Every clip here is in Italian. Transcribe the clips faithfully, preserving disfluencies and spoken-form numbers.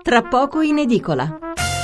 tra poco in edicola.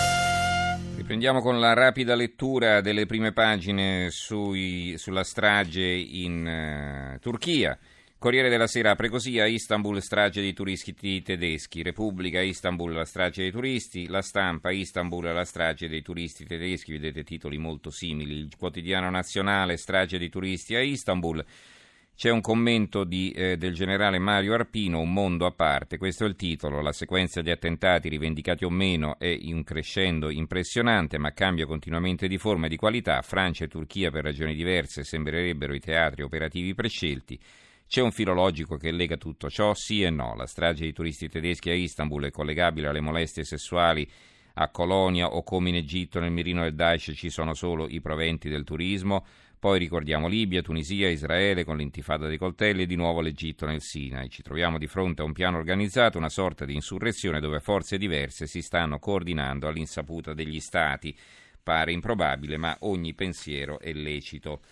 Riprendiamo con la rapida lettura delle prime pagine sui, sulla strage in uh, Turchia. Corriere della Sera apre così: a Istanbul strage dei turisti tedeschi, Repubblica Istanbul la strage dei turisti, La Stampa Istanbul la strage dei turisti tedeschi, vedete titoli molto simili, il Quotidiano Nazionale strage dei turisti a Istanbul. C'è un commento di, eh, del generale Mario Arpino, Un mondo a parte, questo è il titolo. La sequenza di attentati, rivendicati o meno, è un crescendo impressionante, ma cambia continuamente di forma e di qualità. Francia e Turchia, per ragioni diverse, sembrerebbero i teatri operativi prescelti. C'è un filo logico che lega tutto ciò, sì e no. La strage dei turisti tedeschi a Istanbul è collegabile alle molestie sessuali a Colonia o come in Egitto nel mirino del Daesh ci sono solo i proventi del turismo. Poi ricordiamo Libia, Tunisia, Israele con l'intifada dei coltelli e di nuovo l'Egitto nel Sinai. Ci troviamo di fronte a un piano organizzato, una sorta di insurrezione dove forze diverse si stanno coordinando all'insaputa degli stati. Pare improbabile, ma ogni pensiero è lecito.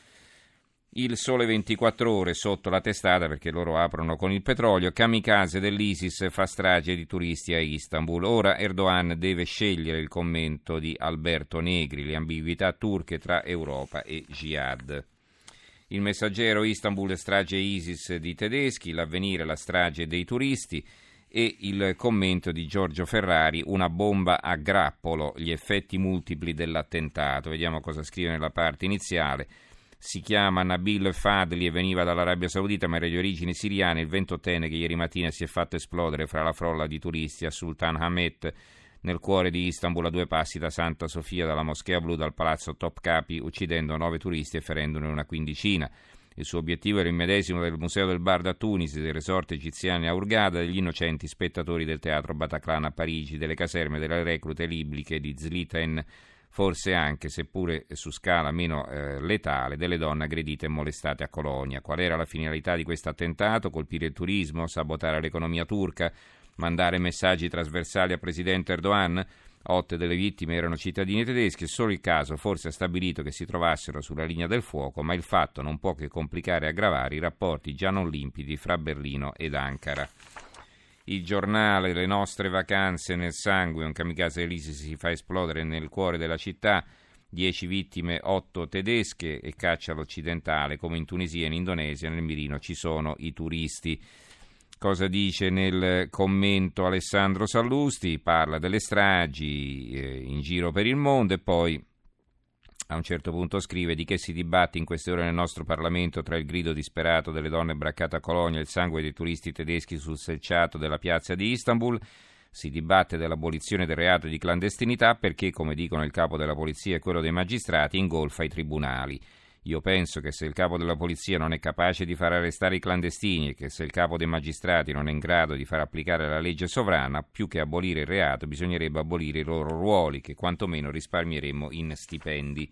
Il Sole ventiquattro Ore sotto la testata, perché loro aprono con il petrolio. Kamikaze dell'ISIS fa strage di turisti a Istanbul. Ora Erdogan deve scegliere, il commento di Alberto Negri, le ambiguità turche tra Europa e Jihad. Il Messaggero: Istanbul strage ISIS di tedeschi, L'Avvenire la strage dei turisti. E il commento di Giorgio Ferrari: una bomba a grappolo, gli effetti multipli dell'attentato. Vediamo cosa scrive nella parte iniziale. Si chiama Nabil Fadli e veniva dall'Arabia Saudita, ma era di origini siriane. Il ventottenne che ieri mattina si è fatto esplodere fra la frolla di turisti a Sultanahmet, nel cuore di Istanbul, a due passi da Santa Sofia, dalla Moschea Blu, dal palazzo Topkapi, uccidendo nove turisti e ferendone una quindicina. Il suo obiettivo era il medesimo del Museo del Bardo a Tunisi, del resort egiziani a Hurghada, degli innocenti spettatori del teatro Bataclan a Parigi, delle caserme delle reclute libliche di Zliten, forse anche, seppure su scala meno eh, letale, delle donne aggredite e molestate a Colonia. Qual era la finalità di questo attentato? Colpire il turismo? Sabotare l'economia turca? Mandare messaggi trasversali al presidente Erdogan? Otto delle vittime erano cittadini tedeschi e solo il caso forse ha stabilito che si trovassero sulla linea del fuoco, ma il fatto non può che complicare e aggravare i rapporti già non limpidi fra Berlino ed Ankara. Il Giornale: le nostre vacanze nel sangue, un kamikaze dell'ISIS si fa esplodere nel cuore della città, dieci vittime, otto tedesche e caccia all'occidentale, come in Tunisia e in Indonesia, nel mirino ci sono i turisti. Cosa dice nel commento Alessandro Sallusti? Parla delle stragi eh, in giro per il mondo e poi a un certo punto scrive: di che si dibatte in queste ore nel nostro Parlamento tra il grido disperato delle donne braccate a Colonia e il sangue dei turisti tedeschi sul selciato della piazza di Istanbul. Si dibatte dell'abolizione del reato di clandestinità perché, come dicono il capo della polizia e quello dei magistrati, ingolfa i tribunali. Io penso che se il capo della polizia non è capace di far arrestare i clandestini e che se il capo dei magistrati non è in grado di far applicare la legge sovrana, più che abolire il reato bisognerebbe abolire i loro ruoli, che quantomeno risparmieremmo in stipendi.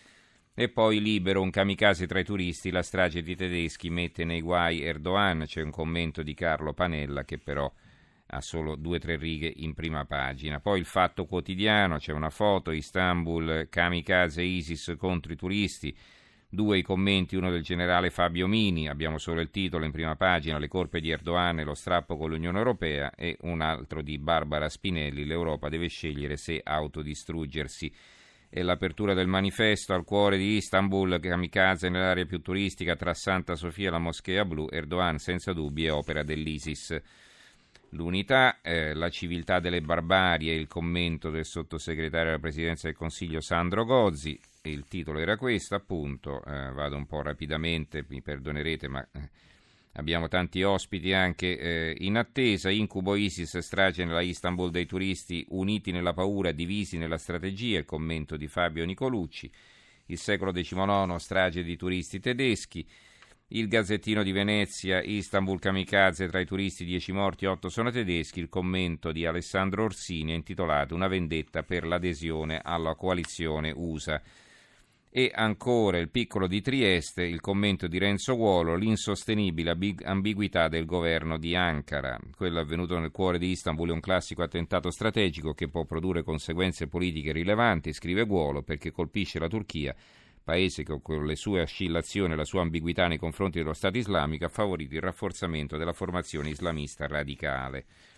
E poi Libero: un kamikaze tra i turisti, la strage di tedeschi mette nei guai Erdogan. C'è un commento di Carlo Panella che però ha solo due o tre righe in prima pagina. Poi il Fatto Quotidiano, c'è una foto: Istanbul, kamikaze ISIS contro i turisti. Due i commenti, uno del generale Fabio Mini, abbiamo solo il titolo in prima pagina: le colpe di Erdogan e lo strappo con l'Unione Europea, e un altro di Barbara Spinelli: l'Europa deve scegliere se autodistruggersi. E l'apertura del Manifesto: al cuore di Istanbul, kamikaze nell'area più turistica tra Santa Sofia e la Moschea Blu, Erdogan senza dubbi è opera dell'ISIS. L'Unità, eh, la civiltà delle barbarie, il commento del sottosegretario alla Presidenza del Consiglio Sandro Gozzi, e il titolo era questo appunto. Eh, vado un po' rapidamente, mi perdonerete, ma eh, abbiamo tanti ospiti anche eh, in attesa. Incubo ISIS, strage nella Istanbul dei turisti, uniti nella paura, divisi nella strategia, il commento di Fabio Nicolucci. Il Secolo diciannove, strage di turisti tedeschi. Il Gazzettino di Venezia: Istanbul kamikaze tra i turisti, dieci morti, otto sono tedeschi. Il commento di Alessandro Orsini è intitolato Una vendetta per l'adesione alla coalizione U S A. E ancora Il Piccolo di Trieste, il commento di Renzo Guolo: l'insostenibile ambiguità del governo di Ankara. Quello avvenuto nel cuore di Istanbul è un classico attentato strategico che può produrre conseguenze politiche rilevanti, scrive Guolo, perché colpisce la Turchia, paese che con le sue oscillazioni e la sua ambiguità nei confronti dello Stato islamico ha favorito il rafforzamento della formazione islamista radicale.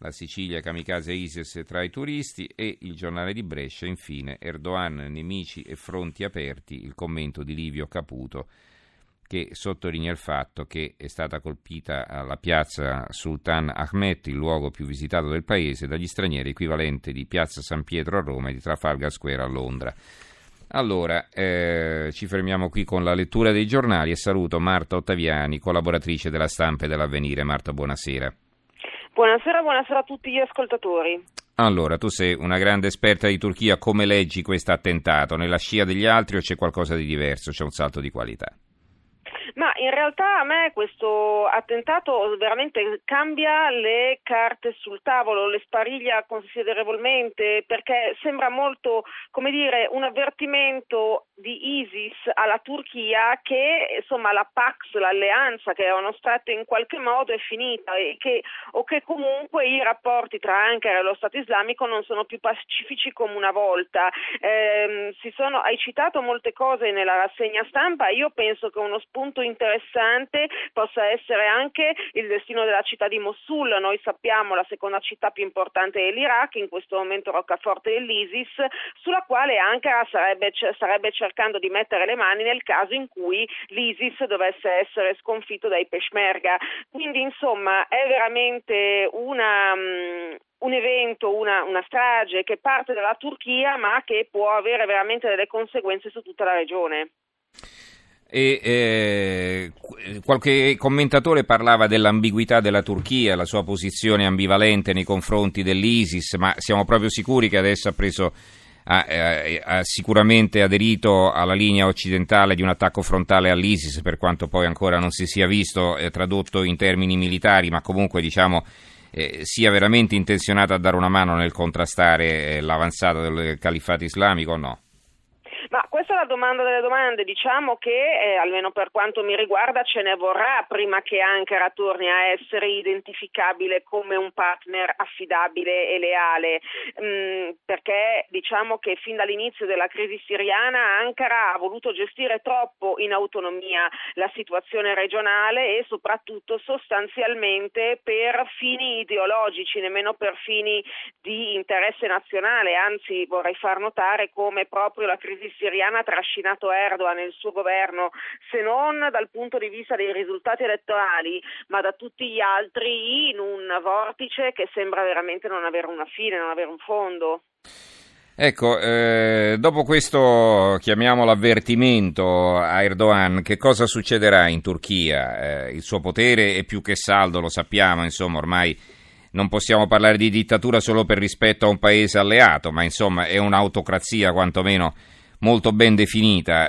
la Sicilia kamikaze ISIS tra i turisti, e il giornale di Brescia, infine, Erdogan, nemici e fronti aperti, il commento di Livio Caputo, che sottolinea il fatto che è stata colpita la piazza Sultan Ahmet, il luogo più visitato del paese, dagli stranieri, equivalente di piazza San Pietro a Roma e di Trafalgar Square a Londra. Allora, eh, ci fermiamo qui con la lettura dei giornali e saluto Marta Ottaviani, collaboratrice della Stampa e dell'Avvenire. Marta, buonasera. Buonasera, buonasera a tutti gli ascoltatori. Allora, tu sei una grande esperta di Turchia, come leggi questo attentato? Nella scia degli altri o c'è qualcosa di diverso, c'è un salto di qualità? Ma in realtà a me questo attentato veramente cambia le carte sul tavolo, le spariglia considerevolmente, perché sembra molto, come dire, un avvertimento di ISIS alla Turchia che, insomma, la Pax, l'alleanza che erano state in qualche modo è finita, e che, o che comunque i rapporti tra Ankara e lo Stato islamico non sono più pacifici come una volta. Eh, si sono, hai citato molte cose nella rassegna stampa, io penso che uno spunto interessante possa essere anche il destino della città di Mosul. Noi sappiamo la seconda città più importante dell'Iraq, in questo momento roccaforte dell'ISIS, sulla quale Ankara sarebbe, sarebbe cercando di mettere le mani nel caso in cui l'ISIS dovesse essere sconfitto dai Peshmerga. Quindi insomma è veramente una... Um, un evento, una, una strage che parte dalla Turchia ma che può avere veramente delle conseguenze su tutta la regione. E eh, qualche commentatore parlava dell'ambiguità della Turchia, la sua posizione ambivalente nei confronti dell'ISIS, ma siamo proprio sicuri che adesso ha preso ha, ha, ha sicuramente aderito alla linea occidentale di un attacco frontale all'ISIS, per quanto poi ancora non si sia visto eh, tradotto in termini militari, ma comunque diciamo eh, sia veramente intenzionata a dare una mano nel contrastare eh, l'avanzata del califfato islamico o no? Ma questa è la domanda delle domande. Diciamo che, eh, almeno per quanto mi riguarda, ce ne vorrà prima che Ankara torni a essere identificabile come un partner affidabile e leale, mm, perché diciamo che fin dall'inizio della crisi siriana Ankara ha voluto gestire troppo in autonomia la situazione regionale e soprattutto sostanzialmente per fini ideologici, nemmeno per fini di interesse nazionale. Anzi, vorrei far notare come proprio la crisi siriana ha trascinato Erdogan e il suo governo, se non dal punto di vista dei risultati elettorali, ma da tutti gli altri, in un vortice che sembra veramente non avere una fine, non avere un fondo. Ecco, eh, dopo questo, chiamiamolo avvertimento a Erdogan, che cosa succederà in Turchia? Eh, il suo potere è più che saldo, lo sappiamo, insomma, ormai non possiamo parlare di dittatura solo per rispetto a un paese alleato, ma insomma è un'autocrazia quantomeno molto ben definita,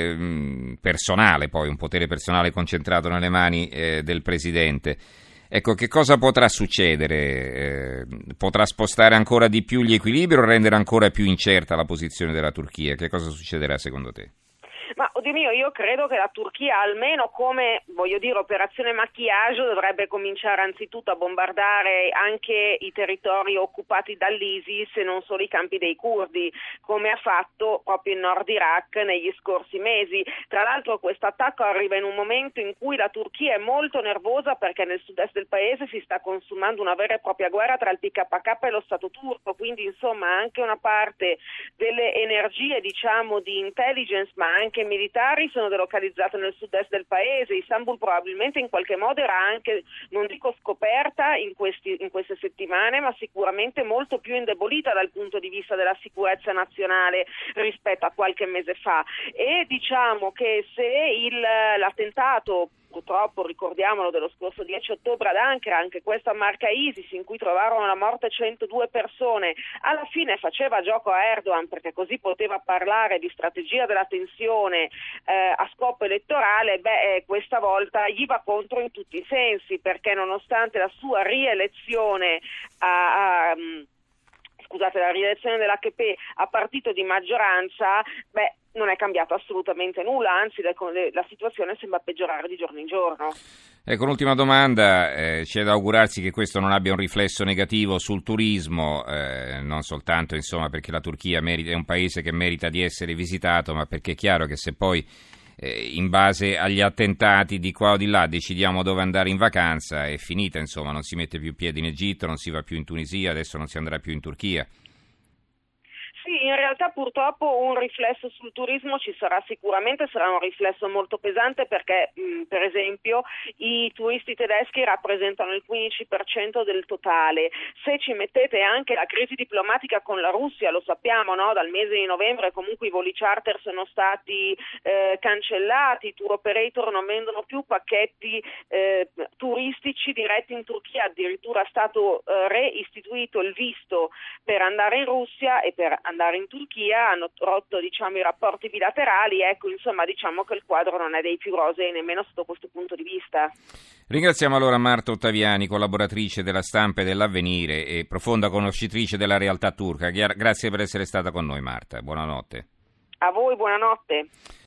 eh, personale, poi un potere personale concentrato nelle mani eh, del presidente. Ecco, che cosa potrà succedere? Eh, potrà spostare ancora di più gli equilibri o rendere ancora più incerta la posizione della Turchia? Che cosa succederà secondo te? Ma oddio mio, io credo che la Turchia, almeno come, voglio dire, operazione maquillage, dovrebbe cominciare anzitutto a bombardare anche i territori occupati dall'ISIS e non solo i campi dei curdi, come ha fatto proprio in Nord Iraq negli scorsi mesi. Tra l'altro questo attacco arriva in un momento in cui la Turchia è molto nervosa perché nel sud-est del paese si sta consumando una vera e propria guerra tra il P K K e lo Stato turco, quindi insomma anche una parte delle energie, diciamo, di intelligence, ma anche militari sono delocalizzate nel sud-est del paese. Istanbul probabilmente in qualche modo era anche, non dico scoperta in, questi, in queste settimane, ma sicuramente molto più indebolita dal punto di vista della sicurezza nazionale rispetto a qualche mese fa. E diciamo che se il, l'attentato, purtroppo ricordiamolo, dello scorso dieci ottobre ad Ankara, anche questa marca ISIS in cui trovarono la morte centodue persone, alla fine faceva gioco a Erdogan perché così poteva parlare di strategia della tensione eh, a scopo elettorale, beh eh, questa volta gli va contro in tutti i sensi, perché nonostante la sua rielezione a, a scusate, la rielezione dell'H P a partito di maggioranza, beh, non è cambiato assolutamente nulla, anzi la, la situazione sembra peggiorare di giorno in giorno. Ecco, un'ultima domanda, eh, c'è da augurarsi che questo non abbia un riflesso negativo sul turismo, eh, non soltanto insomma perché la Turchia merita, è un paese che merita di essere visitato, ma perché è chiaro che se poi eh, in base agli attentati di qua o di là decidiamo dove andare in vacanza, è finita, insomma, non si mette più piede in Egitto, non si va più in Tunisia, adesso non si andrà più in Turchia. Sì, in realtà purtroppo un riflesso sul turismo ci sarà sicuramente, sarà un riflesso molto pesante perché mh, per esempio i turisti tedeschi rappresentano il quindici per cento del totale. Se ci mettete anche la crisi diplomatica con la Russia, lo sappiamo, no? Dal mese di novembre comunque i voli charter sono stati eh, cancellati, i tour operator non vendono più pacchetti eh, turistici diretti in Turchia, addirittura è stato eh, reistituito il visto per andare in Russia e per andare andare in Turchia, hanno rotto diciamo i rapporti bilaterali, ecco insomma diciamo che il quadro non è dei più rosei nemmeno sotto questo punto di vista. Ringraziamo allora Marta Ottaviani, collaboratrice della Stampa e dell'Avvenire e profonda conoscitrice della realtà turca. Grazie per essere stata con noi Marta, buonanotte. A voi buonanotte.